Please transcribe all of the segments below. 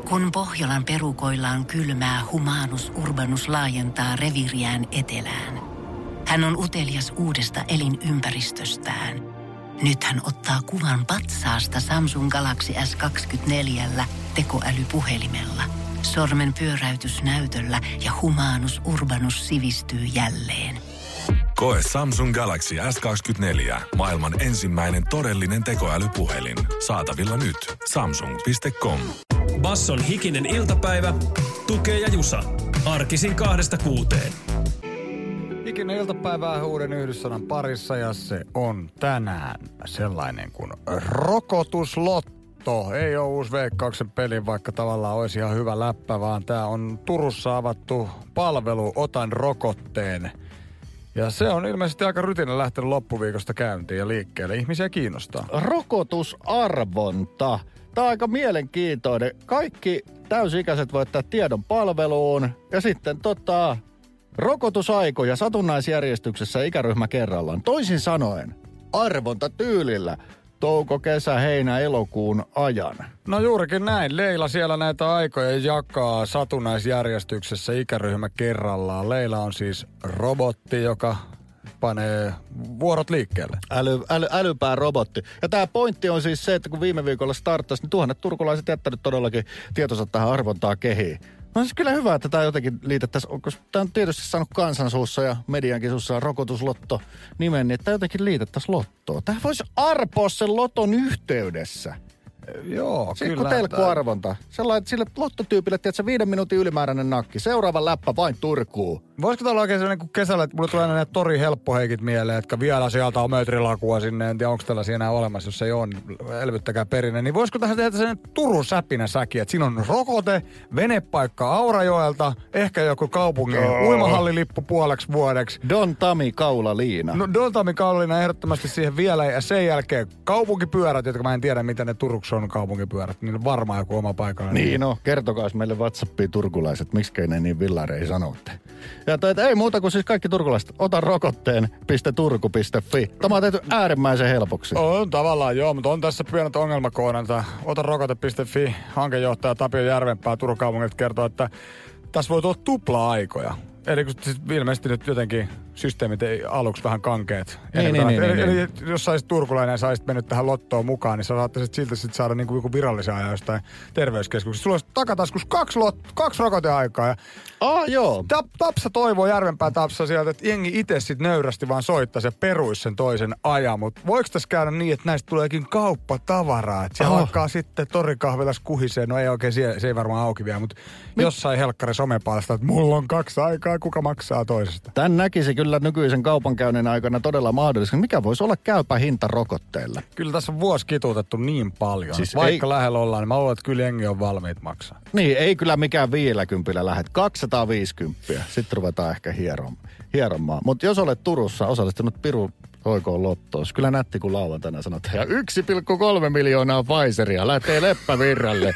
Kun Pohjolan perukoillaan kylmää, Humanus Urbanus laajentaa reviiriään etelään. Hän on utelias uudesta elinympäristöstään. Nyt hän ottaa kuvan patsaasta Samsung Galaxy S24 tekoälypuhelimella. Sormen pyöräytys näytöllä ja Humanus Urbanus sivistyy jälleen. Koe Samsung Galaxy S24. Maailman ensimmäinen todellinen tekoälypuhelin. Saatavilla nyt. Samsung.com. Basson hikinen iltapäivä. Tukee ja Jusa. Arkisin 2-6. Hikinen iltapäivää uuden yhdyssanan parissa ja se on tänään sellainen kuin rokotuslotto. Ei ole uusi Veikkauksen peli, vaikka tavallaan olisi ihan hyvä läppä, vaan tää on Turussa avattu palvelu Otan rokotteen. Ja se on ilmeisesti aika rytinä lähtenyt loppuviikosta käyntiin ja liikkeelle. Ihmisiä kiinnostaa. Rokotusarvonta. Tämä on aika mielenkiintoinen. Kaikki täysi-ikäiset voittaa tiedon palveluun ja sitten rokotusaikoja satunnaisjärjestyksessä ikäryhmä kerrallaan. Toisin sanoen, arvonta tyylillä touko, kesä, heinä, elokuun ajan. No juurikin näin. Leila siellä näitä aikoja jakaa satunnaisjärjestyksessä ikäryhmä kerrallaan. Leila on siis robotti, joka panee vuorot liikkeelle. Älypää robotti. Ja tämä pointti on siis se, että kun viime viikolla starttasi, niin tuhannet turkulaiset jättänyt todellakin tietonsa tähän arvontaa kehiin. No siis kyllä hyvä, että tämä jotenkin liitettäisiin, koska tämä on tietysti saanut kansansuussa ja mediankin suussa rokotuslotto nimen, niin että tämä jotenkin liitettäisiin lottoon. Tämä voisi arpoa sen loton yhteydessä. Joo, kyllä. kyllä. Telkkuarvonta. Sellainen, sille lottotyypille, tiedätkö, 5 minuutin ylimääräinen nakki. Seuraava läppä vain Turkuun. Voisiko tämä olla oikein sellainen kuin kesällä, että mulle tulee aina näitä tori helppoheikit mieleen, että vielä sieltä on metrilakua sinne, en tiedä onko tällaisia enää olemassa, jos ei ole, niin elvyttäkää perinne. Niin voisiko tähän tehdä sellainen Turun säpinä säki, että siinä on rokote, venepaikka Aurajoelta, ehkä joku kaupungin uimahallilippu puoleksi vuodeksi. Don Tami kaulaliina. No Don Tami kaulaliina ehdottomasti siihen vielä ja sen jälkeen kaupunkipyörät, jotka mä en tiedä mitä ne Turuksi on kaupunkipyörät, niillä on varmaan joku oma paikalla. Niin no, kertokaa meille WhatsAppiin turkulaiset, miksei ne niin villarei sanotte. Ja ei muuta kuin siis kaikki turkulaiset, ota rokotteen.turku.fi. Tämä on tehty äärimmäisen helpoksi. On tavallaan joo, mutta on tässä pienet ongelmakohdat. Ota rokote.fi, hankejohtaja Tapio Järvenpää Turun kaupungilta kertoo, että tässä voi tulla tupla-aikoja. Eli kun siis ilmeisesti nyt jotenkin systeemit ei aluksi vähän kankeet. Eli jos saisit turkulainen ja saisit mennyt tähän lottoon mukaan, niin sä saattaisit siltä saada niinku joku virallisen ajan jostain terveyskeskuksesta. Sulla olisi takataskus 2 rokoteaikaa. Ja joo. Tapsa toivoo Järvenpää Tapsa sieltä, että jengi itse sit nöyrästi vaan soittaisi ja peruisi sen toisen ajan. Mutta voiko tässä käydä niin, että näistä tuleekin kauppatavaraa? Että siellä alkaa sitten torikahvilas kuhisee. No ei oikein, se ei varmaan auki vielä, mutta jossain helkkari somepalsta, että mulla on 2 aikaa, kuka maksaa toisesta. Tän näkisi kyllä nykyisen kaupankäynnin aikana todella mahdollista. Mikä voisi olla käypä hinta rokotteelle? Kyllä tässä on vuosi kituutettu niin paljon. Siis vaikka lähellä ollaan, niin mä luulen, että kyllä jengi on valmiit maksaa. Niin, ei kyllä mikään 50 lähdet. 250. Sitten ruvetaan ehkä hieromaan. Mutta jos olet Turussa osallistunut Piru Hoikoon lottoon, kyllä nätti kun lauantaina sanotaan. Ja 1,3 miljoonaa Pfizeria lähtee leppävirralle.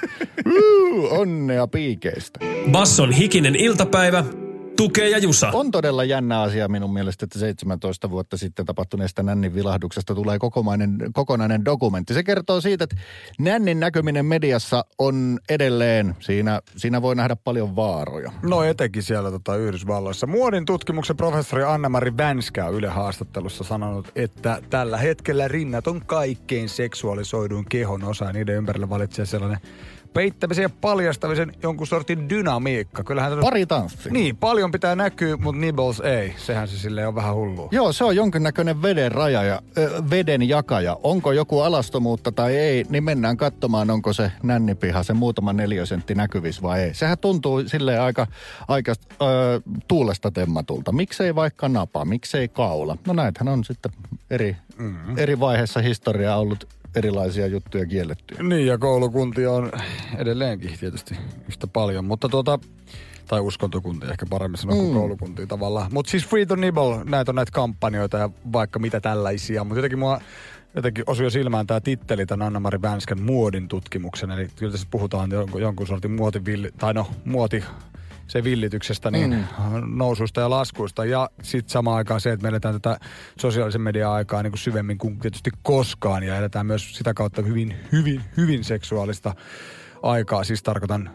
Onnea piikeistä. Basson hikinen iltapäivä. Tukee ja Jusa. On todella jännä asia minun mielestä, että 17 vuotta sitten tapahtuneesta nännin vilahduksesta tulee kokonainen dokumentti. Se kertoo siitä, että nännin näkyminen mediassa on edelleen, siinä voi nähdä paljon vaaroja. No etenkin siellä Yhdysvalloissa. Muodin tutkimuksen professori Anna-Mari Vänskä on Yle haastattelussa sanonut, että tällä hetkellä rinnat on kaikkein seksuaalisoiduin kehon osa ja niiden ympärillä valitsee sellainen peittämisen ja paljastamisen jonkun sortin dynamiikka. Kyllähän pari tanssi. Niin, paljon pitää näkyä, mutta nibbles ei. Sehän se silleen on vähän hullua. Joo, se on jonkinnäköinen veden jakaja. Onko joku alastomuutta tai ei, niin mennään katsomaan, onko se nännipiha, se muutama 4 sentti näkyvissä vai ei. Sehän tuntuu silleen aika tuulesta temmatulta. Miksei vaikka napa, miksei kaula? No näitähän on sitten eri vaiheessa historiaa ollut erilaisia juttuja kiellettyjä. Niin, ja koulukuntia on edelleenkin tietysti yhtä paljon, mutta tai uskontokuntia ehkä paremmin sanoa kuin koulukuntia tavallaan. Mutta siis Free the Nibble, näitä on näitä kampanjoita ja vaikka mitä tällaisia, mutta jotenkin osui jo silmään tämä titteli tämän Anna-Mari Vänskän muodin tutkimuksen, eli kyllä tässä puhutaan jonkun sortin muoti se villityksestä, niin noususta ja laskuista. Ja sitten samaan aikaan se, että me eletään tätä sosiaalisen median aikaa niin kuin syvemmin kuin tietysti koskaan. Ja eletään myös sitä kautta hyvin, hyvin, hyvin seksuaalista aikaa. Siis tarkoitan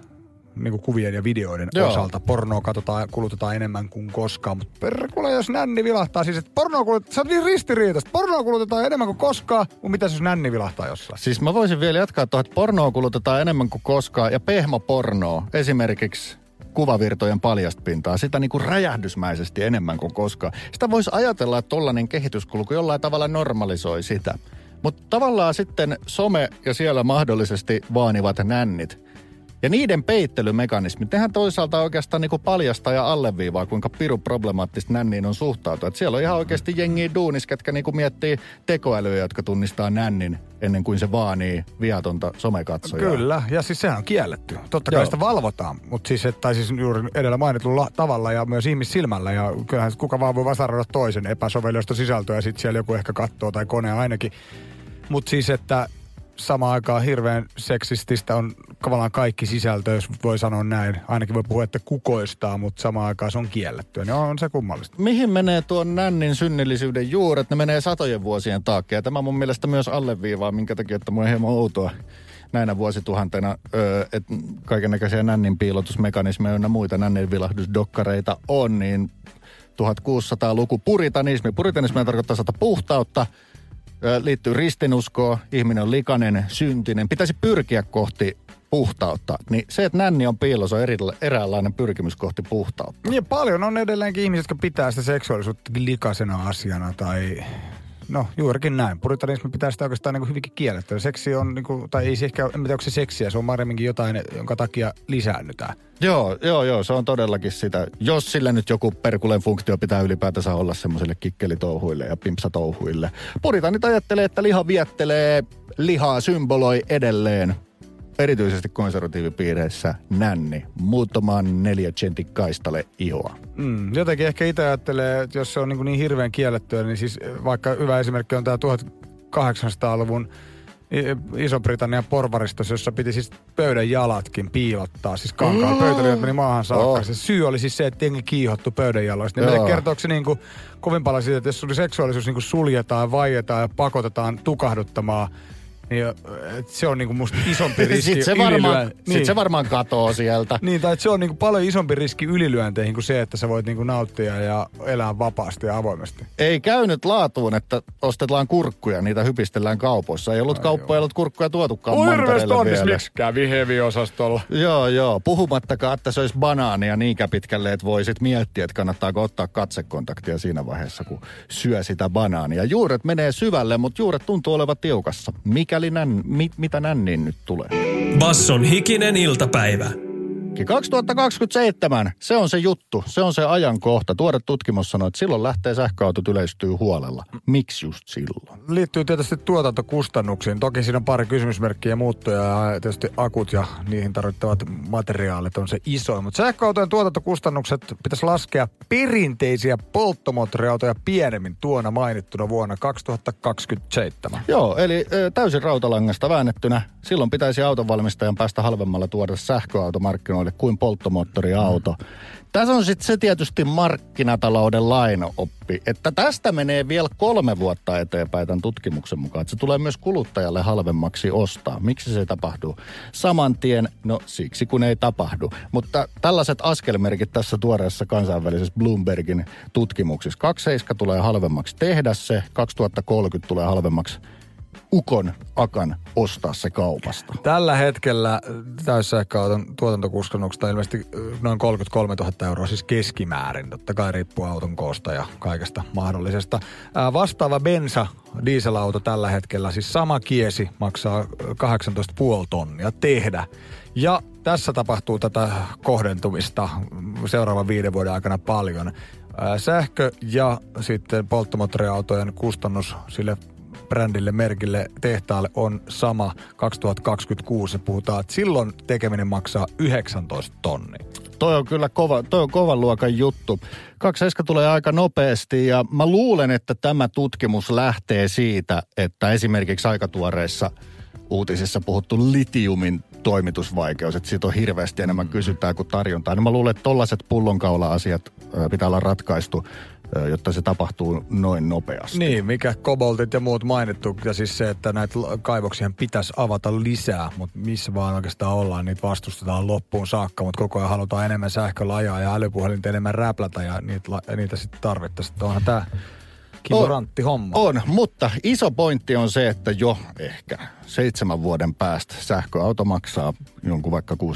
niinku kuvien ja videoiden osalta. Pornoa kulutetaan enemmän kuin koskaan. Mutta perkule, jos nänni vilahtaa, siis että se on niin ristiriitaista. Pornoa kulutetaan enemmän kuin koskaan, mutta mitäs jos nänni vilahtaa jossain? Siis mä voisin vielä jatkaa tuohon, että pornoa kulutetaan enemmän kuin koskaan. Ja pehmopornoa, esimerkiksi kuvavirtojen paljastpintaa, sitä niin kuin räjähdysmäisesti enemmän kuin koskaan. Sitä voisi ajatella, että tollainen kehityskulku jollain tavalla normalisoi sitä. Mutta tavallaan sitten some ja siellä mahdollisesti vaanivat nännit. Ja niiden peittelymekanismit, nehän toisaalta oikeastaan niin kuin paljastaa ja alleviivaa, kuinka pirun problemaattista nänniin on suhtautua. Et siellä on ihan oikeasti jengiä duunis, ketkä niin kuin miettii tekoälyä, jotka tunnistaa nännin ennen kuin se vaanii viatonta somekatsojaa. Kyllä, ja siis sehän on kielletty. Totta kai sitä valvotaan, mutta siis, siis juuri edellä mainitulla tavalla ja myös ihmissilmällä. Ja kyllähän kuka vaan voi vasaroida toisen epäsovellista sisältöä ja sitten siellä joku ehkä katsoo tai kone ainakin. Mutta siis, että samaan aikaan hirveän seksististä on tavallaan kaikki sisältö, jos voi sanoa näin. Ainakin voi puhua, että kukoistaa, mutta samaan aikaan se on kiellettyä. Niin on se kummallista. Mihin menee tuon nännin synnillisyyden juuret? Ne menee satojen vuosien taakse. Ja tämä mun mielestä myös alleviivaa, minkä takia, että mun on hieman outoa näinä vuosituhantena, että kaikennäköisiä nännin piilotusmekanismeja ja muita nännin vilahdusdokkareita on, niin 1600-luku puritanismi. Puritanismi tarkoittaa puhtautta. Liittyy ristinuskoon, ihminen on likainen, syntinen, pitäisi pyrkiä kohti puhtautta. Niin se, että nänni on piilossa, on eräänlainen pyrkimys kohti puhtautta. Niin paljon on edelleenkin ihmisiä, jotka pitää sitä seksuaalisuutta likaisena asiana tai no juurikin näin. Puritanismi pitää sitä oikeastaan niin kuin hyvinkin kiellettyä. Seksi on, niin kuin, tai ei se ehkä, en tiedä onko se seksiä, se on paremminkin jotain, jonka takia lisäännytään. Joo, se on todellakin sitä. Jos sillä nyt joku perkuleen funktio pitää ylipäätänsä olla semmoiselle kikkelitouhuille ja pimpsatouhuille. Puritanit ajattelee, että liha viettelee, lihaa symboloi edelleen. Erityisesti konservatiivipiireissä nänni. Muutaman 4 sentin kaistale ihoa. Jotenkin ehkä itse ajattelee, että jos se on niin hirveän kiellettyä, niin siis vaikka hyvä esimerkki on tämä 1800-luvun Iso-Britannian porvaristos, jossa piti siis pöydän jalatkin piilottaa. Siis kankaan pöytäliöt meni maahan saakka. Se syy oli siis se, että jengi kiihottu pöydän jaloista. Niin kertooko se niin kovin paljon siitä, että jos seksuaalisuus niin suljetaan, vaietaan ja pakotetaan tukahduttamaan, niin se on niinku musta isompi riski Sitten se varmaan katoo sieltä. Niin, tai se on niinku paljon isompi riski ylilyönteihin kuin se, että sä voit niinku nauttia ja elää vapaasti ja avoimesti. Ei käynyt laatuun, että ostetaan kurkkuja, niitä hypistellään kaupoissa. Ei ollut kauppoja, ei ollut kurkkuja tuotukaan mantereelle vielä. Miksi kävi heavy-osastolla? Joo. Puhumattakaan, että se olisi banaania niinkä pitkälle, että voisit miettiä, että kannattaako ottaa katsekontaktia siinä vaiheessa, kun syö sitä banaania. Juuret menee syvälle, mutta juuret tuntuu olevan tiukassa. Mitä nänniin nyt tulee? Basson hikinen iltapäivä. 2027, se on se juttu, se on se ajankohta. Tuore tutkimus sanoo, että silloin lähtee sähköautot yleistyy huolella. Miksi just silloin? Liittyy tietysti tuotantokustannuksiin. Toki siinä on pari kysymysmerkkiä ja muuttuja ja tietysti akut ja niihin tarvittavat materiaalit on se isoin. Mutta sähköautojen tuotantokustannukset pitäisi laskea perinteisiä polttomoottoriautoja pienemmin tuona mainittuna vuonna 2027. Joo, eli täysin rautalangasta väännettynä. Silloin pitäisi autonvalmistajan päästä halvemmalla tuoda sähköautomarkkinoille kuin polttomoottoriauto. Tässä on sitten se tietysti markkinatalouden lainaoppi, että tästä menee vielä 3 vuotta eteenpäin tämän tutkimuksen mukaan. Että se tulee myös kuluttajalle halvemmaksi ostaa. Miksi se tapahtuu? Saman tien, no siksi kun ei tapahdu. Mutta tällaiset askelmerkit tässä tuoreessa kansainvälisessä Bloombergin tutkimuksessa. 27 tulee halvemmaksi tehdä se, 2030 tulee halvemmaksi akan ostaa se kaupasta. Tällä hetkellä täyssähköauton tuotantokustannukset on ilmeisesti noin 33 000 euroa, siis keskimäärin. Totta kai riippuu auton koosta ja kaikesta mahdollisesta. Vastaava dieselauto tällä hetkellä, siis sama kiesi, maksaa 18,5 tonnia tehdä. Ja tässä tapahtuu tätä kohdentumista seuraavan 5 vuoden aikana paljon. Sähkö ja sitten polttomoottoriautojen kustannus sille brändille, merkille, tehtaalle on sama 2026. Puhutaan, että silloin tekeminen maksaa 19 tonnia. Toi on kyllä kovan luokan juttu. 27 tulee aika nopeasti ja mä luulen, että tämä tutkimus lähtee siitä, että esimerkiksi aikatuoreissa uutisissa puhuttu litiumin toimitusvaikeus, että siitä on hirveästi enemmän kysyntää kuin tarjontaa. Niin mä luulen, että tollaiset pullonkaula-asiat pitää olla ratkaistu jotta se tapahtuu noin nopeasti. Niin, mikä koboltit ja muut mainittu. Ja siis se, että näitä kaivoksia pitäisi avata lisää, mutta missä vaan oikeastaan ollaan, niitä vastustetaan loppuun saakka, mutta koko ajan halutaan enemmän sähköllä ajaa ja älypuhelinta enemmän räplätä ja niitä sitten tarvittaisiin. Onhan tämä kimurantti homma. On, mutta iso pointti on se, että jo ehkä 7 vuoden päästä sähköauto maksaa jonkun vaikka 16-17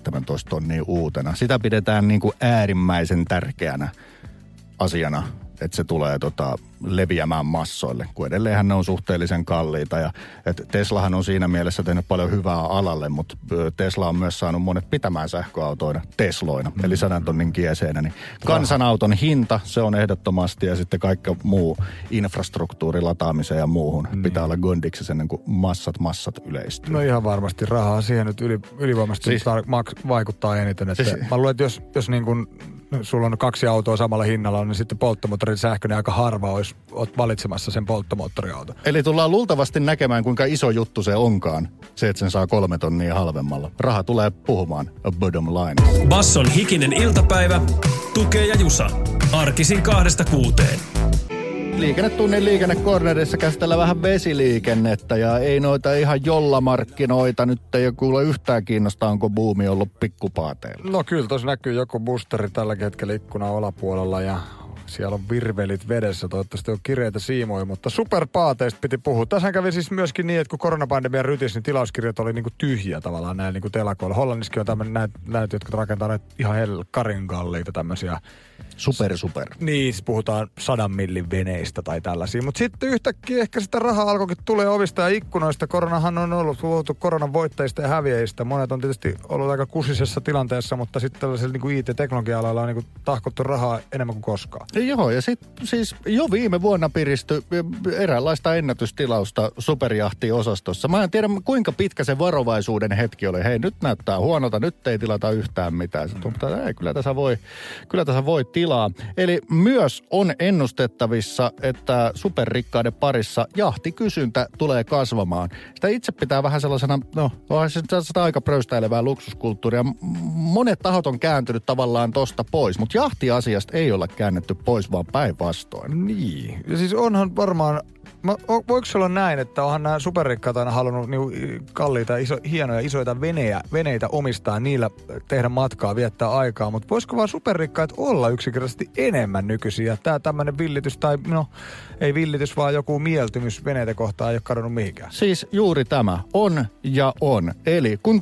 tonnia uutena. Sitä pidetään niin kuin äärimmäisen tärkeänä asiana, että se tulee leviämään massoille, kun edelleenhän ne on suhteellisen kalliita. Ja, Teslahan on siinä mielessä tehnyt paljon hyvää alalle, mutta Tesla on myös saanut monet pitämään sähköautoina Tesloina, eli 100 tonnin kieseenä. Niin kansanauton hinta, se on ehdottomasti, ja sitten kaikki muu infrastruktuuri lataamiseen ja muuhun pitää olla gondiksessa ennen kuin massat yleistyy. No ihan varmasti rahaa siihen nyt ylivoimaisesti vaikuttaa eniten. Että mä luulen, että jos niin kuin sulla on 2 autoa samalla hinnalla, niin sitten polttomoottorin sähköinen aika harva oot valitsemassa sen polttomoottoriauton. Eli tullaan luultavasti näkemään, kuinka iso juttu se onkaan. Se, että sen saa 3 tonnia halvemmalla. Raha tulee puhumaan a bottom line. Basson hikinen iltapäivä, Tukee ja Jusa. Arkisin 2-6. Liikennetunnin liikennekornerissa käsitellään vähän vesiliikennettä ja ei noita ihan jollamarkkinoita nyt ei kuule yhtään kiinnostaa, onko buumi ollut pikkupaateilla. No kyllä, tuossa näkyy joku boosteri tällä hetkellä ikkunan olapuolella ja siellä on virvelit vedessä, toivottavasti on kireitä siimoja, mutta superpaateista piti puhua. Tässä kävi siis myöskin niin, että kun koronapandemian rytis, niin tilauskirjat oli niinku tyhjiä tavallaan näillä niinku telakoilla. Hollannissakin on tämmöinen näitä, jotka rakentaa näitä ihan helkarin kalliita tämmöisiä. Super. Niin, puhutaan 100 millin veneistä tai tällaisia. Mutta sitten yhtäkkiä ehkä sitä rahaa alkoikin tulee ovista ja ikkunoista. Koronahan on ollut puhuttu koronan voittajista ja häviäjistä. Monet on tietysti ollut aika kusisessa tilanteessa, mutta sitten tällaisella niinku IT-teknologia-alalla on niinku tahkottu rahaa enemmän kuin koskaan. Joo, ja sitten siis jo viime vuonna piristyi eräänlaista ennätystilausta superjahti-osastossa. Mä en tiedä, kuinka pitkä se varovaisuuden hetki oli. Hei, nyt näyttää huonolta, nyt ei tilata yhtään mitään. Mutta ei, kyllä tässä voi tilaa. Eli myös on ennustettavissa, että superrikkaiden parissa jahtikysyntä tulee kasvamaan. Sitä itse pitää vähän sellaisena, onhan se aika pröystäilevää luksuskulttuuria. Monet tahot on kääntynyt tavallaan tosta pois, mutta jahtiasiasta ei olla käännetty pois, vaan päinvastoin. Niin. Ja siis onhan varmaan, voiko se olla näin, että onhan nämä superrikkaat aina halunnut niinku kalliita, hienoja, isoita veneitä omistaa, niillä tehdä matkaa, viettää aikaa, mutta voisiko vaan superrikkaat olla yksinkertaisesti enemmän nykyisiä? Tämä tämmöinen villitys tai, ei villitys, vaan joku mieltymys veneitä kohtaan ei ole kadonnut mihinkään. Siis juuri tämä on ja on. Eli kun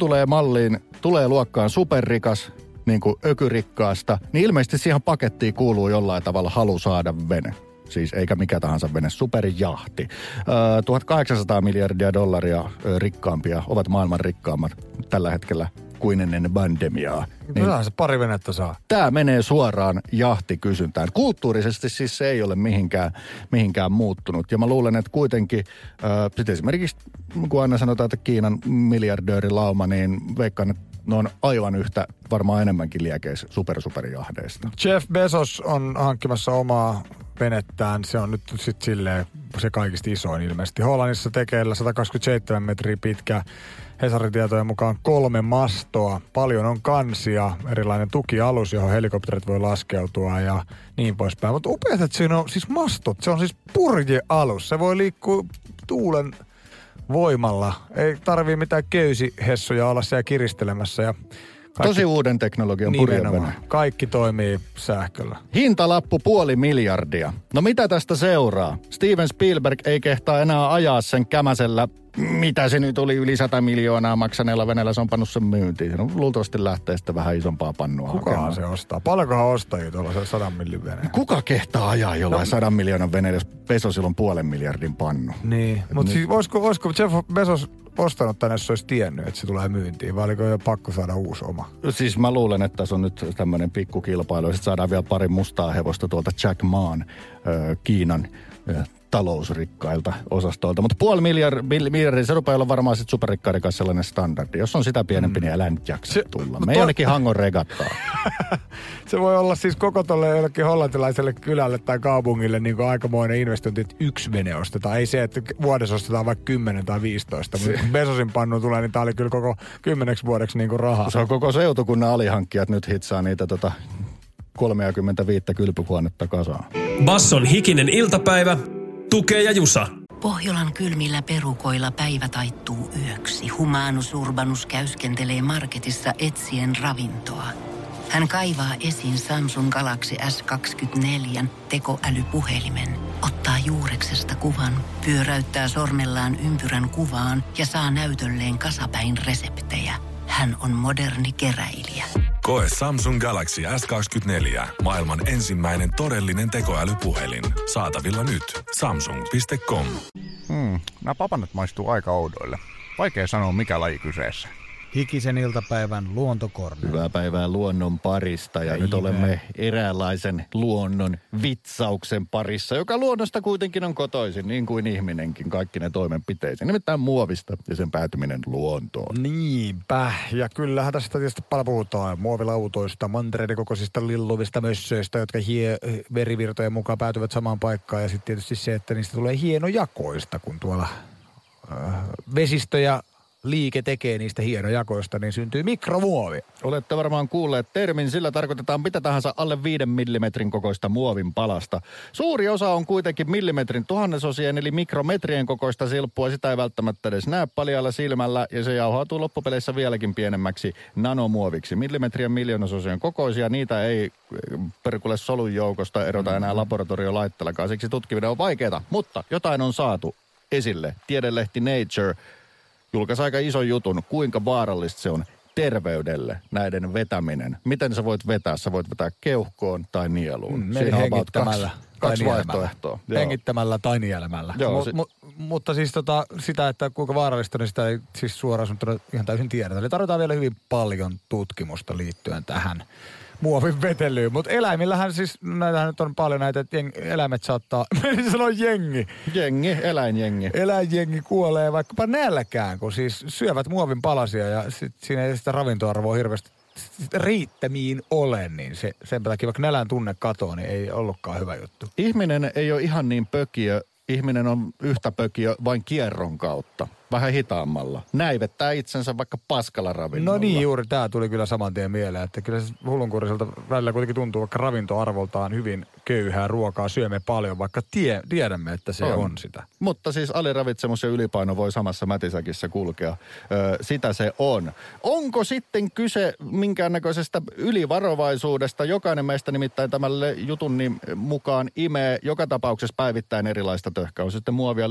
tulee luokkaan superrikas, niin kuin ökyrikkaasta, niin ilmeisesti siihen pakettiin kuuluu jollain tavalla halu saada vene. Siis eikä mikä tahansa vene, superjahti. 1800 miljardia dollaria rikkaampia ovat maailman rikkaammat tällä hetkellä kuin ennen pandemiaa. Niin, se pari venettä saa. Tämä menee suoraan jahtikysyntään. Kulttuurisesti siis se ei ole mihinkään muuttunut. Ja mä luulen, että kuitenkin sitten esimerkiksi, kun aina sanotaan, että Kiinan miljardöörilauma, niin veikkaan, että ne on aivan yhtä, varmaan enemmänkin liekeissä superjahdeista. Jeff Bezos on hankkimassa omaa venettään. Se on nyt sitten silleen se kaikista isoin ilmeisesti. Hollannissa tekeillä 127 metriä pitkä. Hesarin tietojen mukaan 3 mastoa. Paljon on kansia, erilainen tukialus, johon helikopterit voi laskeutua ja niin poispäin. Mutta upeat, että siinä on siis mastot. Se on siis purjealus. Se voi liikkua tuulen voimalla. Ei tarvii mitään köysihessuja olla siellä kiristelemässä ja tosi uuden teknologian purjevene. Kaikki toimii sähköllä. Hintalappu 500 miljardia. No mitä tästä seuraa? Steven Spielberg ei kehtaa enää ajaa sen kämäsellä, mitä se nyt oli, yli 100 miljoonaa maksaneella veneellä, se on pannut sen myyntiin. Se luultavasti lähtee sitten vähän isompaa pannua hakemaan. Se ostaa? Paljonkohan ostajia tuollaisen 100 millin veneen? Kuka kehtaa ajaa jollain 100 miljoonan veneellä, jos Bezosilla on 500 miljardin pannu? Niin, mutta siis voisiko Jeff Bezos ostanut tänne, jos se olisi tiennyt, että se tulee myyntiin, vai oliko jo pakko saada uusi oma? Siis mä luulen, että tässä on nyt tämmöinen pikkukilpailu, ja sitten saadaan vielä pari mustaa hevosta tuolta Jack Maan, Kiinan talousrikkailta osastolta. Mutta 500 miljardia, se rupeaa olla varmaan sitten superrikkaiden kanssa sellainen standardi. Jos on sitä pienempi, niin älä nyt jaksa tulla. Me ei ainakin Hangon regattaa. Se voi olla siis koko tolle jollekin hollantilaiselle kylälle tai kaupungille niin kuin aikamoinen investointi, että yksi vene ostetaan. Ei se, että vuodessa ostetaan vaikka 10 tai 15. Mutta kun Bezosin pannu tulee, niin tämä oli kyllä koko 10 vuodeksi niin kuin rahaa. Se on koko seutukunnan alihankkijat nyt hitsaa niitä 35 kylpyhuonetta kasaan. Basson hikinen iltapäivä, Tukee ja Jusa. Pohjolan kylmillä perukoilla päivä taittuu yöksi. Humanus Urbanus käyskentelee marketissa etsien ravintoa. Hän kaivaa esiin Samsung Galaxy S24 tekoälypuhelimen, ottaa juureksesta kuvan, pyöräyttää sormellaan ympyrän kuvaan ja saa näytölleen kasapäin reseptejä. Hän on moderni keräilijä. Koe Samsung Galaxy S24. Maailman ensimmäinen todellinen tekoälypuhelin. Saatavilla nyt. Samsung.com. Nämä papanat maistuu aika oudoille. Vaikea sanoa, mikä laji kyseessä. Hikisen iltapäivän luontokorner. Hyvää päivää luonnon parista ja nyt olemme eräänlaisen luonnon vitsauksen parissa, joka luonnosta kuitenkin on kotoisin, niin kuin ihminenkin, kaikki ne toimenpiteisiin. Nimittäin muovista ja sen päätyminen luontoon. Niinpä, ja kyllähän tästä tietysti paljon puhutaan muovilautoista, mantereiden kokoisista lilluvista mössöistä, jotka verivirtojen mukaan päätyvät samaan paikkaan. Ja sitten tietysti se, että niistä tulee hienojakoista, kun tuolla vesistö ja liike tekee niistä hienojakoista, niin syntyy mikromuovi. Olette varmaan kuulleet termin, sillä tarkoitetaan mitä tahansa alle 5 millimetrin kokoista muovin palasta. Suuri osa on kuitenkin millimetrin tuhannesosien eli mikrometrien kokoista silppua. Sitä ei välttämättä edes näe paljaalla silmällä ja se jauhautuu loppupeleissä vieläkin pienemmäksi nanomuoviksi. Millimetrien miljoonososien kokoisia, niitä ei perkulle solun joukosta erota enää laboratoriolaitteellakaan. Siksi tutkiminen on vaikeaa, mutta jotain on saatu esille. Tiedelehti Nature julkaisi aika ison jutun, kuinka vaarallista se on terveydelle näiden vetäminen. Miten sä voit vetää? Sä voit vetää keuhkoon tai nieluun. Siinä on about kaksi vaihtoehtoa. Hengittämällä tai nielemällä. Mutta siis sitä, että kuinka vaarallista, niin sitä ei siis suoraan sanottuna ihan täysin tiedetä. Eli tarvitaan vielä hyvin paljon tutkimusta liittyen tähän muovin vetelyyn. Mutta eläimillähän siis, näitähän nyt on paljon näitä, että eläimet saattaa, sanoa jengi. Eläinjengi. Eläinjengi kuolee vaikkapa nälkään, kun siis syövät muovin palasia ja siinä ei sitä ravintoarvoa hirveästi riittämiin ole, niin sen takia vaikka nälän tunne katoo, niin ei ollutkaan hyvä juttu. Ihminen ei ole ihan niin pökiö. Ihminen on yhtä pökiö vain kierron kautta. Vähän hitaammalla. Näivettää itsensä vaikka paskalla ravinnolla. No niin, juuri tämä tuli kyllä saman tien mieleen, että kyllä se hullunkuriselta välillä kuitenkin tuntuu, vaikka ravintoarvoltaan hyvin köyhää ruokaa syömme paljon, vaikka tiedämme, että se on sitä. Mutta siis aliravitsemus ja ylipaino voi samassa mätisäkissä kulkea. Sitä se on. Onko sitten kyse minkäännäköisestä ylivarovaisuudesta? Jokainen meistä nimittäin tämälle jutun mukaan imee joka tapauksessa päivittäin erilaista töhkää. On sitten muovia,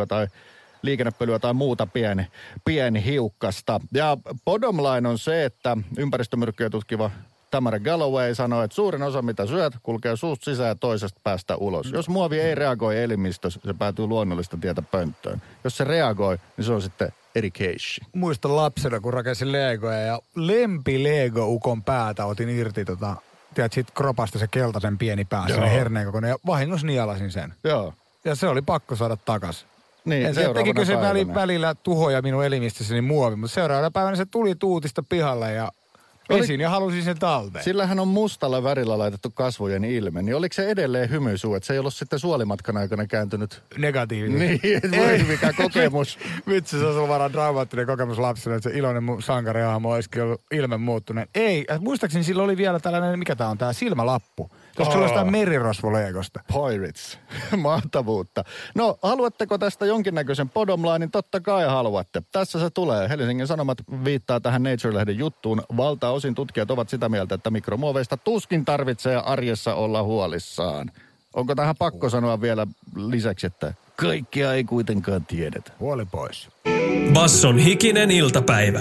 liikennepölyä tai muuta pieni hiukkasta. Ja bottom line on se, että ympäristömyrkkyjä tutkiva Tamara Galloway sanoi, että suurin osa mitä syöt kulkee suusta sisään ja toisesta päästä ulos. Jos muovi ei reagoi elimistössä, se päätyy luonnollista tietä pönttöön. Jos se reagoi, niin se on sitten eri case. Muistan lapsena, kun rakensin Legoja ja lempi-Lego-ukon päätä otin irti tiedät, siitä kropasta se keltaisen pieni pää, se herneen kokoinen, ja vahingossa nialasin sen. Joo. Ja se oli pakko saada takaisin. Niin, en tiedä, tekikö se välillä tuhoja minun elimistössäni muovi, mutta seuraavana päivänä se tuli tuutista pihalle ja pesin ja halusin sen talteen. Sillähän on mustalla värillä laitettu kasvojen ilme, niin oliko se edelleen hymysuu, että se ei ollut sitten suolimatkan aikana kääntynyt negatiivisesti? Niin, voi mikä kokemus. Vitsi, se on ollut varmaan dramaattinen kokemus lapsena, että se iloinen sankariahmo olisikin ollut ilmen muuttuneen. Ei, muistaakseni sillä oli vielä tällainen, mikä tää on, tää silmälappu. Tuosta sulla jostain merirosvoleegosta. Pirates. Mahtavuutta. No, haluatteko tästä jonkinnäköisen bottom linein? Totta kai haluatte. Tässä se tulee. Helsingin Sanomat viittaa tähän Nature-lehden juttuun. Valtaosin tutkijat ovat sitä mieltä, että mikromuoveista tuskin tarvitsee arjessa olla huolissaan. Onko tähän pakko sanoa vielä lisäksi, että kaikkia ei kuitenkaan tiedetä? Huoli pois. Basson hikinen iltapäivä.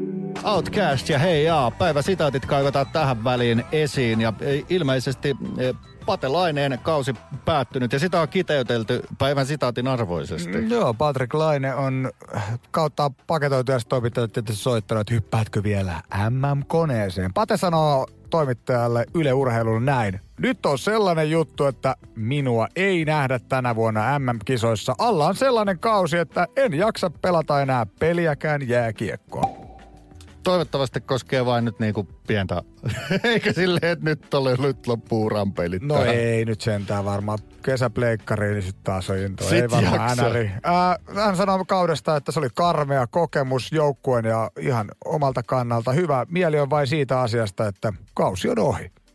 Outcast ja hei jaa, päiväsitaatit kaivataan tähän väliin esiin ja ilmeisesti Pate Laineen kausi päättynyt ja sitä on kiteytelty päivän sitaatin arvoisesti. Joo, Patrick Laine on kautta paketoitu ja toimittajat tietysti soittanut, että hyppäätkö vielä MM-koneeseen. Pate sanoo toimittajalle Yle Urheilulle näin. Nyt on sellainen juttu, että minua ei nähdä tänä vuonna MM-kisoissa. Alla on sellainen kausi, että en jaksa pelata enää peliäkään jääkiekkoa. Toivottavasti koskee vain nyt niinku pientä, eikä silleen, että nyt loppuu rampeilit. No tähän. Ei nyt sentään varmaan kesäpleikkariin, niin sitten taas on into. Ei varmaan NRI. Hän sanoi kaudesta, että se oli karmea kokemus joukkueen ja ihan omalta kannalta. Hyvä mieli on vain siitä asiasta, että kausi on ohi.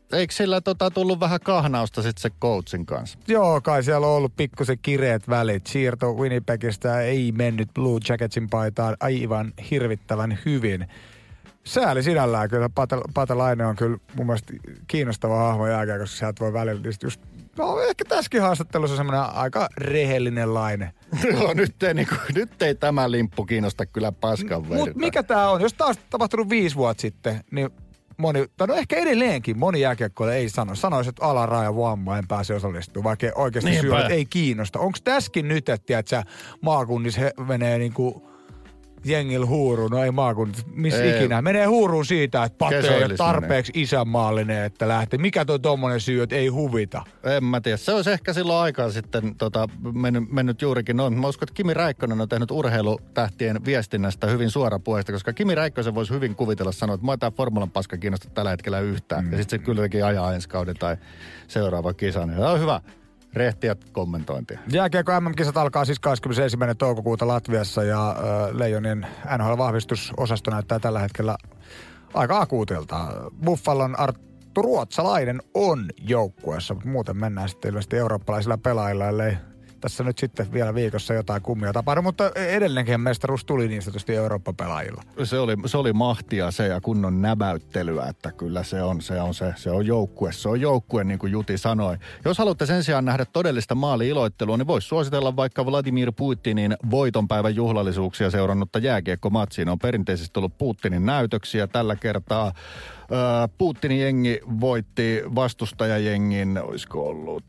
Eikö sillä tullut vähän kahnausta sitten se coachin kanssa? Joo, kai siellä on ollut pikkusen kireet välit. Siirto Winnipegistä ei mennyt Blue Jacketsin paitaan aivan hirvittävän hyvin. Sääli sinällään kyllä. Patelainen on kyllä mun mielestä kiinnostava hahmo jälkeen, koska sieltä voi välillä just, no ehkä tässäkin haastattelussa semmoinen aika rehellinen lainen. Joo, nyt ei tämä limppu kiinnosta kyllä paskan verta. Mutta mikä tää on? Jos taas tapahtunut 5 vuotta sitten, niin ehkä edelleenkin moni jääkiekkoille ei sanoisi, että alaraja vamma, en pääse osallistumaan, vaikka oikeasti syy, että ei kiinnosta. Onko tässäkin nyt, että maakunnissa menee niinku jengillä huuruun, no ei maakunnissa, missä ikinä. Menee huuruun siitä, että Pate ei ole tarpeeksi isänmaallinen, että lähtee. Mikä toi tommonen syy, että ei huvita? En mä tiedä. Se olisi ehkä silloin aikaa sitten mennyt juurikin noin. Mä uskon, että Kimi Räikkönen on tehnyt urheilutähtien viestinnästä hyvin suorapuheista, koska Kimi Räikkösen voisi hyvin kuvitella sanoa, että mua tää formulan paska kiinnostaa tällä hetkellä yhtään. Ja sitten se kylläkin ajaa ensi kauden tai seuraava kisa. Niin on hyvä. Rehtiät kommentointia. Jääkiekko MM-kisat alkaa siis 21. toukokuuta Latviassa ja Leijonien NHL-vahvistusosasto näyttää tällä hetkellä aika akuutilta. Buffalon Arttu Ruotsalainen on joukkueessa, mutta muuten mennään sitten ilmeisesti eurooppalaisilla pelaajilla, ellei tässä nyt sitten vielä viikossa jotain kummia tapahdu, mutta edelleenkin mestaruus tuli niin sanotusti Eurooppa-pelaajilla. Se oli mahtia se ja kunnon näbäyttelyä, että kyllä se on joukkue, niin kuin Juti sanoi. Jos haluatte sen sijaan nähdä todellista maali-iloittelua, niin voisi suositella vaikka Vladimir Putinin voitonpäivän juhlallisuuksia seurannutta jääkiekkomatsiin. On perinteisesti ollut Putinin näytöksiä tällä kertaa. Putinin jengi voitti vastustajajengin, olisiko ollut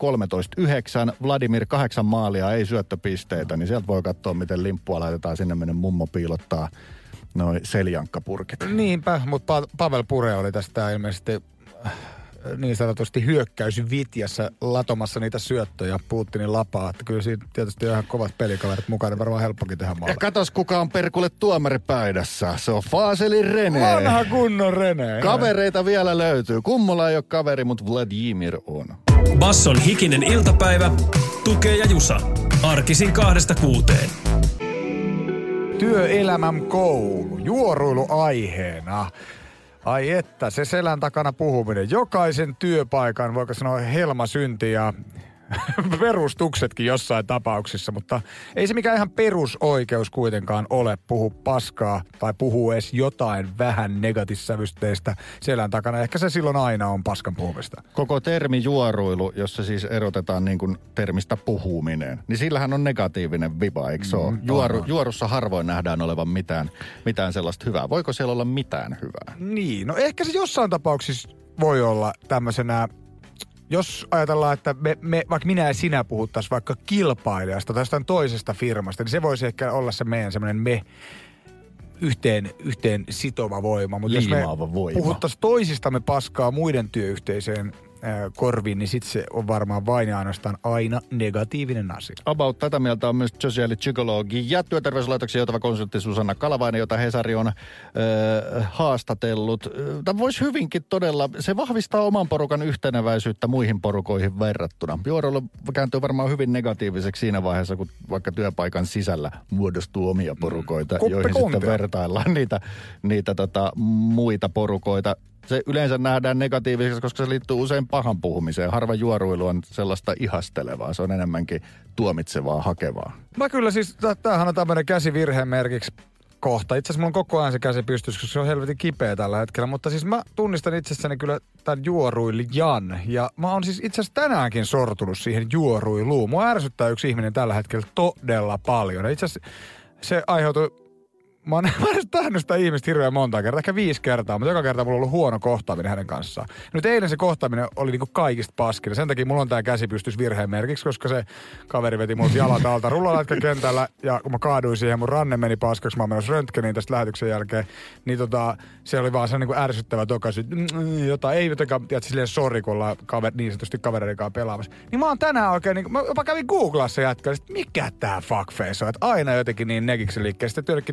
13-9, Vladimir 8 maalia, ei syöttöpisteitä, niin sieltä voi katsoa, miten limppua laitetaan sinne, minne mummo piilottaa noi seljankkapurkit. Niinpä, mutta Pavel Pure oli tästä ilmeisesti niin sanotusti hyökkäysvitjassa latomassa niitä syöttöjä Putinin lapaa. Että kyllä siinä tietysti on ihan kovat pelikaverit mukana, varmaan helppokin tehdä maalla. Ja katos kuka on perkulle tuomaripäidässä. Se on Faseli René. Vanha kunnon René. Kavereita vielä löytyy. Kummola ei ole kaveri, mutta Vladimir on. Basson hikinen iltapäivä, Tukee ja Jusa. Arkisin 2-6. Työelämän koulu, juoruilu aiheena. Ai että, se selän takana puhuminen. Jokaisen työpaikan, voiko sanoa helmasynti ja perustuksetkin jossain tapauksissa, mutta ei se mikään ihan perusoikeus kuitenkaan ole puhua paskaa tai puhua edes jotain vähän negatiivissävysteistä selän takana. Ehkä se silloin aina on paskan puhumista. Koko termi juoruilu, jossa siis erotetaan niin kuin termistä puhuminen, niin sillähän on negatiivinen viba, eikö se ole? Juorussa harvoin nähdään olevan mitään sellaista hyvää. Voiko siellä olla mitään hyvää? Niin, no ehkä se jossain tapauksissa voi olla tämmöisenä. Jos ajatellaan, että me vaikka minä ja sinä puhuttaisiin vaikka kilpailijasta tai jostain toisesta firmasta, niin se voisi ehkä olla se meidän semmoinen yhteen sitova voima. Mutta jos me puhuttaisiin toisistamme paskaa muiden työyhteisöjen korviin, niin sitten se on varmaan vain ja ainoastaan aina negatiivinen asia. About tätä mieltä on myös sosiaalipsykologi ja työterveyslaitoksen johtava konsultti Susanna Kalavainen, jota Hesari on haastatellut. Tämä voisi hyvinkin todella, se vahvistaa oman porukan yhteneväisyyttä muihin porukoihin verrattuna. Juoruilu kääntyy varmaan hyvin negatiiviseksi siinä vaiheessa, kun vaikka työpaikan sisällä muodostuu omia porukoita, joihin sitten vertaillaan niitä muita porukoita. Se yleensä nähdään negatiiviseksi, koska se liittyy usein pahan puhumiseen. Harva juoruilu on sellaista ihastelevaa. Se on enemmänkin tuomitsevaa, hakevaa. Mä kyllä siis, tämähän on tämmöinen käsivirheen merkiksi kohta. Itse asiassa mulla on koko ajan se käsi pystyssä, koska se on helvetin kipeä tällä hetkellä. Mutta siis mä tunnistan itsessäni kyllä tämän juoruilijan. Ja mä oon siis itse asiassa tänäänkin sortunut siihen juoruiluun. Mua ärsyttää yksi ihminen tällä hetkellä todella paljon. Ja itse asiassa se aiheutui. Mä oon nähnyt sitä ihmistä hirveän monta kertaa, ehkä 5 kertaa, mutta joka kerta mulla on ollut huono kohtaaminen hänen kanssaan. Nyt eilen se kohtaaminen oli niinku kaikista paskin. Sen takia mulla on tää käsi pystys virheen merkiksi, koska se kaveri veti multa jalat alta rullalätkäkentällä ja kun mä kaaduin siihen, mun ranne meni paskaksi, mä oon menossa röntgeniin tästä lähetyksen jälkeen, niin se oli vaan se niinku ärsyttävä tokas, jota ei jotenkaan, tiedätkö, silleen sori, kun ollaan niin sanotusti kavereiden kanssa pelaamassa. Niin mä oon tänään oikein, niin mä jopa kävin googlassa jätkällä, että mikä tää fuckface on, että aina jotenkin niin negiksi liikkeen. Sitten jonnekin tonne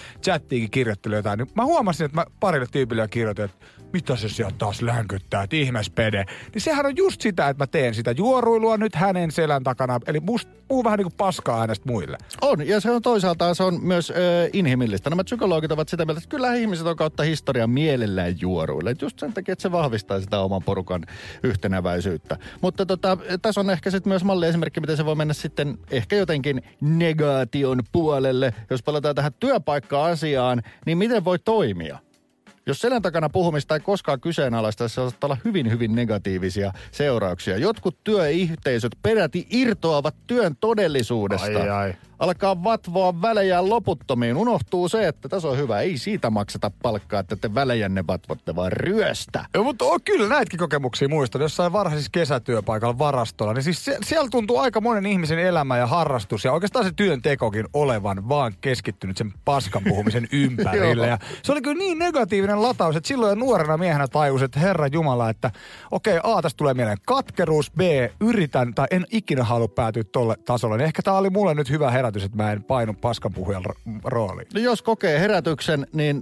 chattiinkin kirjoitteli jotain, niin mä huomasin, että mä parille tyypille kirjoitin, että mitä se sieltä taas länkyttää, että ihmespede. Niin sehän on just sitä, että mä teen sitä juoruilua nyt hänen selän takana. Eli puhuu vähän niin kuin paskaa äänestä muille. On, ja se on toisaalta se on myös inhimillistä. Nämä psykologit ovat sitä mieltä, että kyllä ihmiset on kautta historian mielellään juoruille. Just sen takia, että se vahvistaa sitä oman porukan yhtenäväisyyttä. Mutta tässä on ehkä sitten myös malliesimerkki, miten se voi mennä sitten ehkä jotenkin negaation puolelle. Jos palataan tähän työpaikka-asiaan, niin miten voi toimia? Jos selän takana puhumista ei koskaan kyseenalaista, se saattaa olla hyvin, hyvin negatiivisia seurauksia. Jotkut työyhteisöt peräti irtoavat työn todellisuudesta. Ai. Alkaa vatvoa välejään loputtomiin. Unohtuu se, että tässä on hyvä. Ei siitä makseta palkkaa, että te välejänne vatvotte, vaan ryöstä. Joo, mutta kyllä näitäkin kokemuksia muistan. Jossain varhaisessa kesätyöpaikalla varastolla, niin siis siellä tuntuu aika monen ihmisen elämä ja harrastus ja oikeastaan se työntekokin olevan vaan keskittynyt sen paskan puhumisen ympärille. Ja se oli kyllä niin negatiivinen lataus, että silloin jo nuorena miehenä tajus, että Herra Jumala, että okei, A, tästä tulee mieleen katkeruus, B, yritän tai en ikinä halua päätyä tolle tasolle. Niin ehkä tää oli mulle nyt hyvä herätys, että mä en painu paskanpuhujan rooliin. No jos kokee herätyksen, niin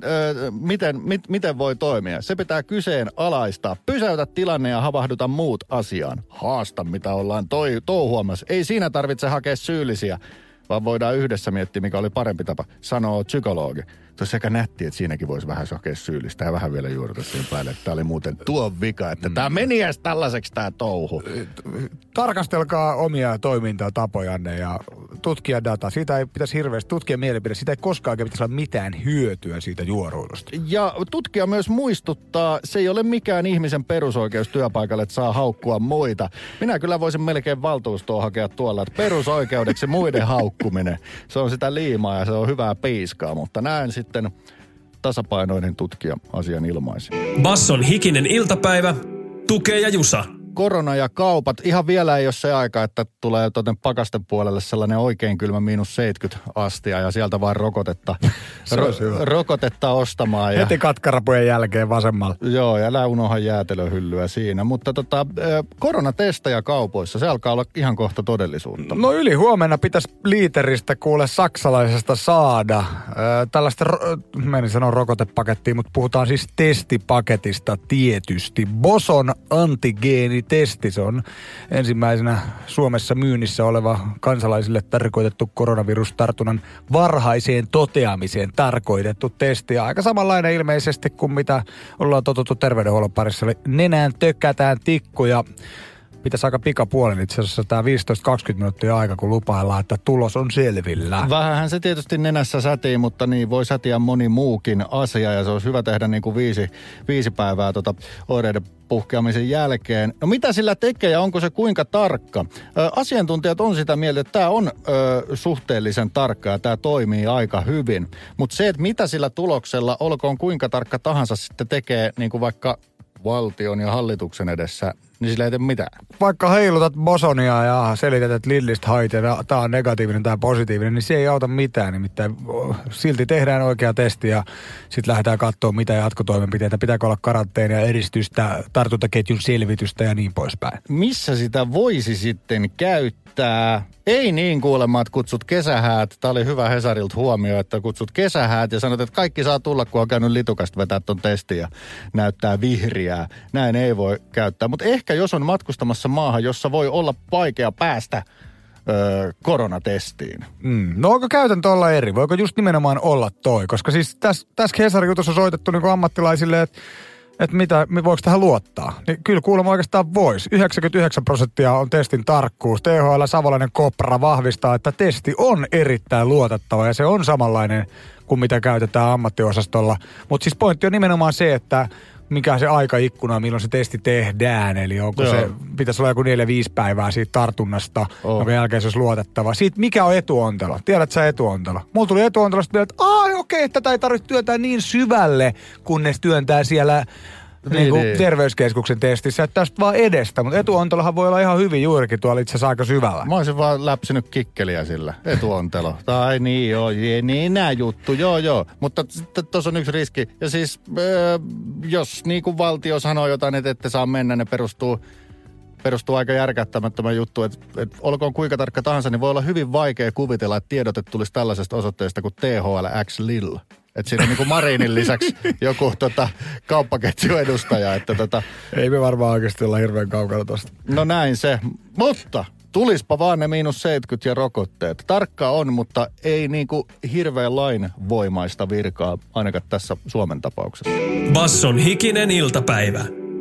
miten voi toimia? Se pitää kyseenalaistaa. Pysäytä tilanne ja havahduta muut asiaan. Haasta, mitä ollaan touhuamassa. Ei siinä tarvitse hakea syyllisiä, vaan voidaan yhdessä miettiä, mikä oli parempi tapa, sanoo psykologi. Se on sekä nätti, että siinäkin voisi vähän hakea syyllistä ja vähän vielä juurta siihen päälle, että tämä oli muuten tuon vika, että tämä meni edes tällaiseksi tämä touhu. Tarkastelkaa omia toimintatapojanne ja tutkia dataa. Siitä ei pitäisi hirveästi tutkia mielipide. Siitä ei koskaan pitäisi olla mitään hyötyä siitä juoruilusta. Ja tutkija myös muistuttaa, se ei ole mikään ihmisen perusoikeus työpaikalle, että saa haukkua muita. Minä kyllä voisin melkein valtuustoa hakea tuolla, että perusoikeudeksi muiden haukkuminen. Se on sitä liimaa ja se on hyvää piiskaa, mutta näen sitten tasapainoinen tutkija asian ilmaisi. Basson hikinen iltapäivä, Tukee ja Jusa. Korona ja kaupat. Ihan vielä ei ole se aika, että tulee pakasten puolelle sellainen oikein kylmä -70 astia ja sieltä vaan rokotetta ostamaan. Ja, heti katkarapujen jälkeen vasemmalla. Joo, ja älä unoha jäätelöhyllyä siinä. Mutta koronatestejä kaupoissa, se alkaa olla ihan kohta todellisuutta. No yli huomenna pitäisi liiteristä kuule saksalaisesta saada. Tällaista, menin sanoa rokotepakettia, mutta puhutaan siis testipaketista tietysti. Boson antigeenitesti. Se on ensimmäisenä Suomessa myynnissä oleva kansalaisille tarkoitettu koronavirustartunnan varhaiseen toteamiseen tarkoitettu testi. Ja aika samanlainen ilmeisesti kuin mitä ollaan totuttu terveydenhuollon parissa. Eli nenään tökätään tikkuja. Pitäisi aika pikapuolin itse asiassa tämä 15-20 minuuttia aika, kun lupaillaan, että tulos on selvillä. Vähänhän se tietysti nenässä sätii, mutta niin voi sätiä moni muukin asia ja se olisi hyvä tehdä niin kuin viisi päivää oireiden puhkeamisen jälkeen. No mitä sillä tekee ja onko se kuinka tarkka? Asiantuntijat on sitä mieltä, että tämä on suhteellisen tarkka ja tämä toimii aika hyvin. Mutta se, että mitä sillä tuloksella, olkoon kuinka tarkka tahansa sitten tekee niin kuin vaikka valtion ja hallituksen edessä, niin sillä ei tee mitään. Vaikka heilutat bosonia ja selität, että Lillistä haitea, tämä on negatiivinen, tämä positiivinen, niin se ei auta mitään. Nimittäin silti tehdään oikea testi ja sitten lähdetään katsoa, mitä jatkotoimenpiteitä, pitääkö olla karanteenia, eristystä, tartuntaketjun selvitystä ja niin poispäin. Missä sitä voisi sitten käyttää? Ei niin kuulemma, että kutsut kesähäät. Tämä oli hyvä Hesarilta huomio, että kutsut kesähäät ja sanot, että kaikki saa tulla, kun on käynyt litukasta vetää ton testin ja näyttää vihreää. Näin ei voi käyttää, mutta ehkä jos on matkustamassa maahan, jossa voi olla vaikea päästä koronatestiin. No onko käytäntö olla eri? Voiko just nimenomaan olla toi? Koska siis tässä Hesarin jutussa on soitettu niin kuin ammattilaisille, että voiko tähän luottaa? Niin kyllä kuulemma oikeastaan voisi. 99% on testin tarkkuus. THL Savolainen Kopra vahvistaa, että testi on erittäin luotettava ja se on samanlainen kuin mitä käytetään ammattiosastolla. Mutta siis pointti on nimenomaan se, että mikä se aikaikkuna, milloin se testi tehdään. Eli onko se, pitäisi olla joku 4-5 päivää siitä tartunnasta, jonka jälkeen se olisi luotettava. Siitä mikä on etuontelo? Tiedät sä etuontelo? Mulla tuli etuontelosta vielä, että okei, tätä ei tarvitse työntää niin syvälle, kunnes työntää siellä terveyskeskuksen testissä, että tästä vaan edestä. Mutta etuontelohan voi olla ihan hyvin juurikin tuolla itse asiassa aika syvällä. Mä olisin vaan läpsinyt kikkeliä sillä, etuontelo. Tai niin joo, niin nää juttu, joo. Mutta tuossa on yksi riski. Ja siis, jos niin kuin valtio sanoo jotain, että ette saa mennä, ne perustuu perustuu aika järkättämättömän juttu, että olkoon kuinka tarkka tahansa, niin voi olla hyvin vaikea kuvitella, että tiedote tulisi tällaisesta osoitteesta kuin THL X Lil. Että siinä on niin kuin Marinin lisäksi joku kauppaketjuedustaja. Ei me varmaan oikeasti olla hirveän kaukana tosta. No näin se. Mutta tulispa vaan ne -70 ja rokotteet. Tarkkaa on, mutta ei niinku hirveän lainvoimaista virkaa, ainakaan tässä Suomen tapauksessa. Basson hikinen iltapäivä.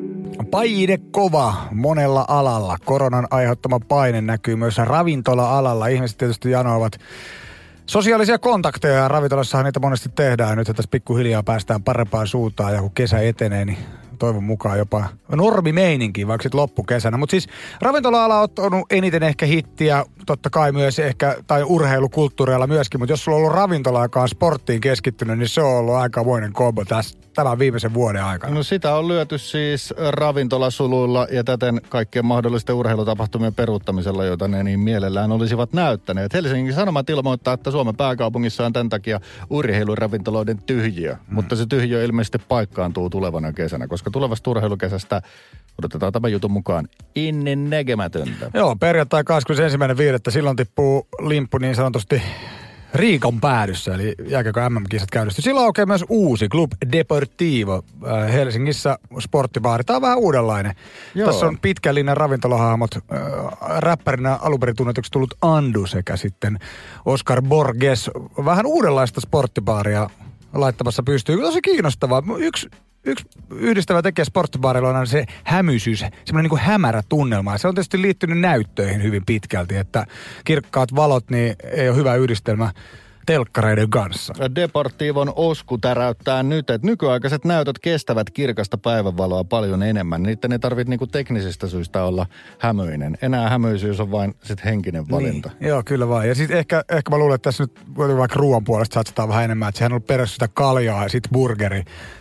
Paine kova monella alalla. Koronan aiheuttama paine näkyy myös ravintola-alalla. Ihmiset tietysti janoavat sosiaalisia kontakteja ja ravintolassahan niitä monesti tehdään. Nyt tässä pikkuhiljaa päästään parempaan suuntaan ja kun kesä etenee, niin toivon mukaan jopa normimeininki, vaikka sitten loppukesänä. Mutta siis ravintola-ala on ottanut eniten ehkä hittiä, totta kai myös ehkä, tai urheilukulttuureilla myöskin, mutta jos sulla on ollut ravintola, joka on sporttiin keskittynyt, niin se on ollut aikamoinen kombo tämän viimeisen vuoden aikana. No sitä on lyöty siis ravintolasuluilla ja täten kaikkien mahdollisten urheilutapahtumien peruuttamisella, joita ne niin mielellään olisivat näyttäneet. Helsingin Sanomat ilmoittaa, että Suomen pääkaupungissa on tämän takia urheiluravintoloiden tyhjiö, mutta se tyhjiö ilmeisesti paikkaantuu tulevana kesänä, koska tulevasta urheilukesästä odotetaan tämän jutun mukaan ennen näkemätöntä. Joo, perjantai 21.5. silloin tippuu limppu niin sanotusti Riikon päädyssä, eli jääkiekko MM-kisat käynnistyy. Silloin aukeaa myös uusi Club Deportivo Helsingissä sporttibaari. Tämä on vähän uudenlainen. Joo. Tässä on pitkän linjan ravintolahahmot. Räppärinä alunperin tunnetuksi tullut Andu sekä sitten Oscar Borges. Vähän uudenlaista sporttibaaria laittamassa pystyy. Tosi kiinnostavaa. Yksi yhdistävä tekijä sporttibaareilla on se hämyisyys, semmoinen niin kuin hämärä tunnelma. Ja se on tietysti liittynyt näyttöihin hyvin pitkälti, että kirkkaat valot niin ei ole hyvä yhdistelmä telkkareiden kanssa. Deportivon Osku täräyttää nyt, että nykyaikaiset näytöt kestävät kirkasta päivänvaloa paljon enemmän. Niiden ei tarvitse niinku teknisistä syistä olla hämöinen. Enää hämöisyys on vain sit henkinen valinta. Niin. Joo, kyllä vaan. Ja sitten ehkä mä luulen, että tässä nyt vaikka ruoan puolesta satsataan vähän enemmän, että sehän on ollut perässä sitä kaljaa ja sitten burgeri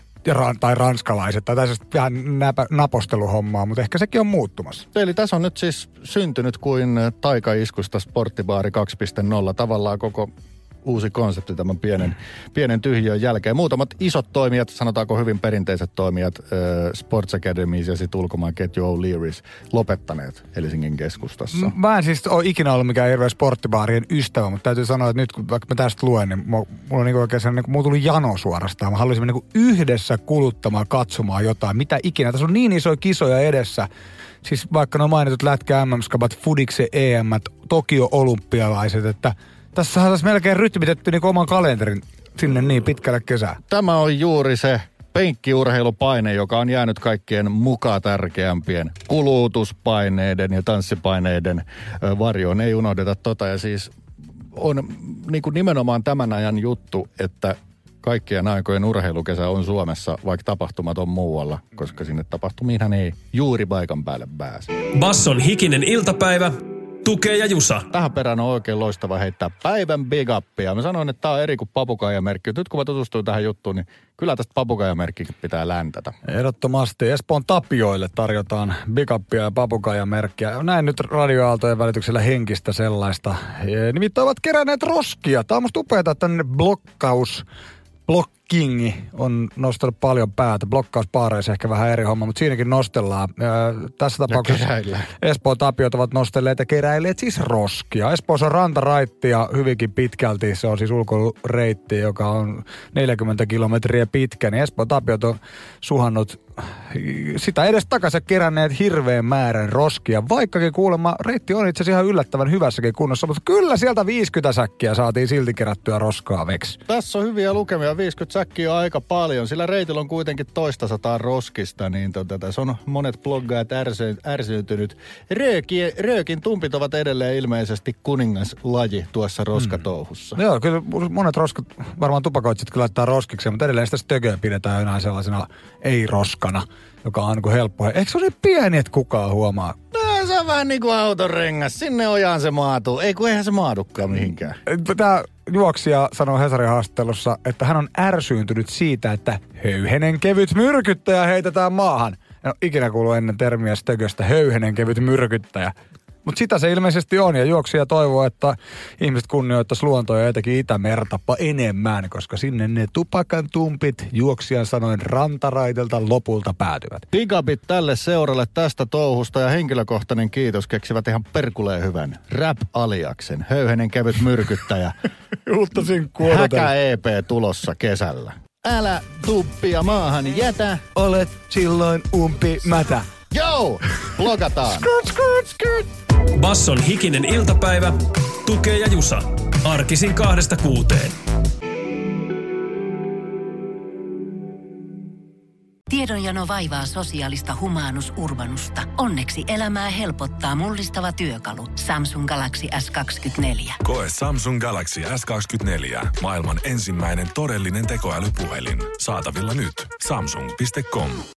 tai ranskalaiset, tai tässä vähän naposteluhommaa, mutta ehkä sekin on muuttumassa. Eli tässä on nyt siis syntynyt kuin taikaiskusta sporttibaari 2.0, tavallaan koko uusi konsepti tämän pienen tyhjön jälkeen. Muutamat isot toimijat, sanotaanko hyvin perinteiset toimijat, Sports Academys ja sitten ulkomaan ketju O'Learys, lopettaneet Helsingin keskustassa. Mä en siis ole ikinä ollut mikään hirveä sporttibaarien ystävä, mutta täytyy sanoa, että nyt kun vaikka mä tästä luen, niin mulla on niin oikein sellainen, mulla tuli jano suorastaan. Mä haluaisin niin yhdessä kuluttamaan, katsomaan jotain, mitä ikinä. Tässä on niin isoja kisoja edessä. Siis vaikka ne on mainitut lätkä MM-skabat, Fudikse EM, Tokio-olympialaiset, että tässä on melkein rytmitetty niin oman kalenterin sinne niin pitkälle kesään. Tämä on juuri se penkkiurheilupaine, joka on jäänyt kaikkien mukaan tärkeämpien kulutuspaineiden ja tanssipaineiden varjoon. Ei unohdeta tota. Ja siis on niin kuin nimenomaan tämän ajan juttu, että kaikkien aikojen urheilukesä on Suomessa, vaikka tapahtumat on muualla, koska sinne tapahtumiinhan ei juuri paikan päälle pääse. Basson hikinen iltapäivä. Tukee ja Jusa. Tähän perään on oikein loistava heittää päivän big upia. Mä sanoin, että tää on eri kuin papukaijamerkki. Nyt kun mä tutustuin tähän juttuun, niin kyllä tästä papukaijamerkkiä pitää läntätä. Ehdottomasti. Espoon Tapioille tarjotaan big upia ja papukaijamerkkiä. Näin nyt radioaaltojen välityksellä henkistä sellaista. Nimittäin ovat keränneet roskia. Tää on musta upeata, että tänne Blockingi on nostanut paljon päätä. Blokkauspaareissa ehkä vähän eri homma, mutta siinäkin nostellaan. Tässä tapauksessa Espoon Tapiot ovat nostelleet ja keräilleet siis roskia. Espoossa on rantaraitti ja hyvinkin pitkälti se on siis ulkoreitti, joka on 40 kilometriä pitkä. Niin Espoon Tapiot on suhannut sitä edes takaisin keränneet hirveän määrän roskia. Vaikkakin kuulemma reitti on itse asiassa ihan yllättävän hyvässäkin kunnossa, mutta kyllä sieltä 50 säkkiä saatiin silti kerättyä roskaa veksi. Tässä on hyviä lukemia. 50 säkkiä on aika paljon. Sillä reitillä on kuitenkin 200 roskista, niin tässä on monet bloggaajat ärsyytynyt. Röökin tumpit ovat edelleen ilmeisesti kuningaslaji tuossa roskatouhussa. Joo, kyllä monet roskat, varmaan tupakoitsit kyllä laittaa roskiksi, mutta edelleen sitä stököä pidetään enää sellaisena ei-roskana, joka on niin kuin helppo. Eikö se ole niin pieni, että kukaan huomaa? No, se on vähän niin kuin autorengas. Sinne ojaan se maatuu. Ei kun eihän se maadukaan mihinkään. Tämä juoksija sanoi Hesarin haastattelussa, että hän on ärsyyntynyt siitä, että höyhenen kevyt myrkyttäjä heitetään maahan. En ole ikinä kuullut ennen termiä stököstä höyhenen kevyt myrkyttäjä. Mutta sitä se ilmeisesti on, ja juoksija toivoo, että ihmiset kunnioittaisi luontoa ja etenkin Itämerta enemmän, koska sinne ne tupakan tumpit juoksijan sanoen rantaraitelta lopulta päätyvät. Pigabit tälle seuralle tästä touhusta ja henkilökohtainen kiitos keksivät ihan perkuleen hyvän Rap-aliaksen, höyhenen kevyt myrkyttäjä. Uutta sinkkua. Häkä EP tulossa kesällä. Älä tuppia maahan jätä. Olet silloin umpi mätä. Joo! Blogataan. Skrt. Basson hikinen iltapäivä, Tukee ja Jusa. Arkisin 2-6. Tiedonjano vaivaa sosiaalista humanus urbanusta. Onneksi elämää helpottaa mullistava työkalu. Samsung Galaxy S24. Koe Samsung Galaxy S24. Maailman ensimmäinen todellinen tekoälypuhelin. Saatavilla nyt. Samsung.com.